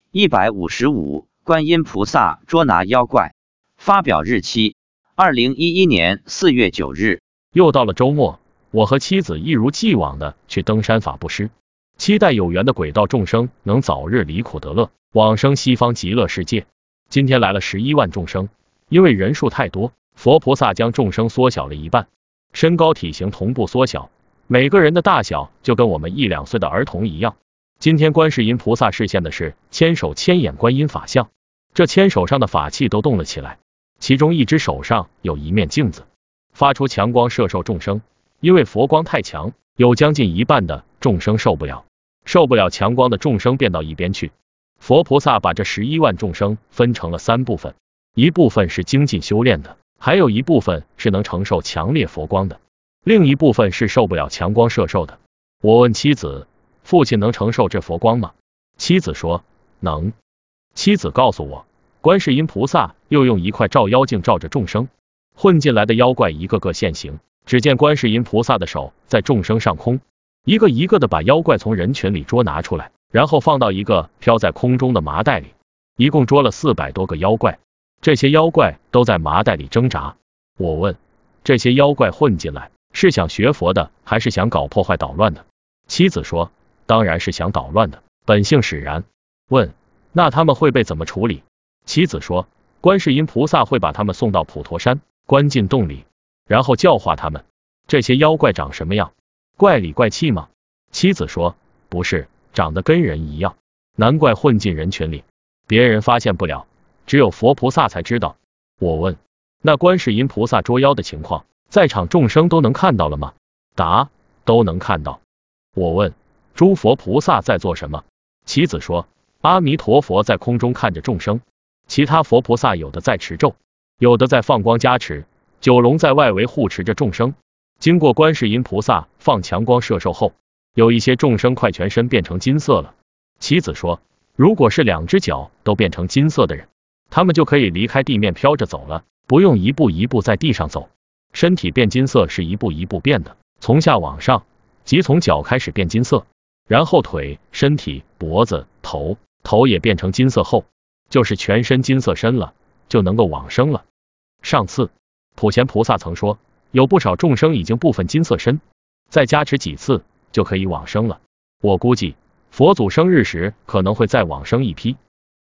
155观音菩萨捉拿妖怪。发表日期：2011年4月9日。 又到了周末，我和妻子一如既往的去登山法布施，期待有缘的鬼道众生能早日离苦得乐，往生西方极乐世界。今天来了11万众生，因为人数太多，佛菩萨将众生缩小了一半，身高体型同步缩小，每个人的大小就跟我们1、2岁的儿童一样。今天观世音菩萨示现的是千手千眼观音法相，这千手上的法器都动了起来，其中一只手上有一面镜子，发出强光摄受众生。因为佛光太强，有将近一半的众生受不了强光的众生便到一边去。佛菩萨把这11万众生分成了3部分，一部分是精进修炼的，还有一部分是能承受强烈佛光的，另一部分是受不了强光摄受的。我问妻子，父亲能承受这佛光吗？妻子说能。妻子告诉我，观世音菩萨又用一块照妖镜照着众生，混进来的妖怪一个个现形，只见观世音菩萨的手在众生上空，一个一个的把妖怪从人群里捉拿出来，然后放到一个飘在空中的麻袋里，一共捉了400多个妖怪，这些妖怪都在麻袋里挣扎。我问，这些妖怪混进来是想学佛的，还是想搞破坏捣乱的？妻子说，当然是想捣乱的，本性使然。问，那他们会被怎么处理？妻子说，观世音菩萨会把他们送到普陀山，关进洞里，然后教化他们。这些妖怪长什么样？怪里怪气吗？妻子说，不是，长得跟人一样，难怪混进人群里，别人发现不了，只有佛菩萨才知道。我问，那观世音菩萨捉妖的情况，在场众生都能看到了吗？答，都能看到。我问，诸佛菩萨在做什么？妻子说，阿弥陀佛在空中看着众生，其他佛菩萨有的在持咒，有的在放光加持，九龙在外围护持着众生。经过观世音菩萨放强光摄受后，有一些众生快全身变成金色了。妻子说，如果是2只脚都变成金色的人，他们就可以离开地面飘着走了，不用一步一步在地上走。身体变金色是一步一步变的，从下往上，即从脚开始变金色，然后腿、身体、脖子、头也变成金色后，就是全身金色身了，就能够往生了。上次普贤菩萨曾说，有不少众生已经部分金色身，再加持几次就可以往生了。我估计佛祖生日时可能会再往生一批。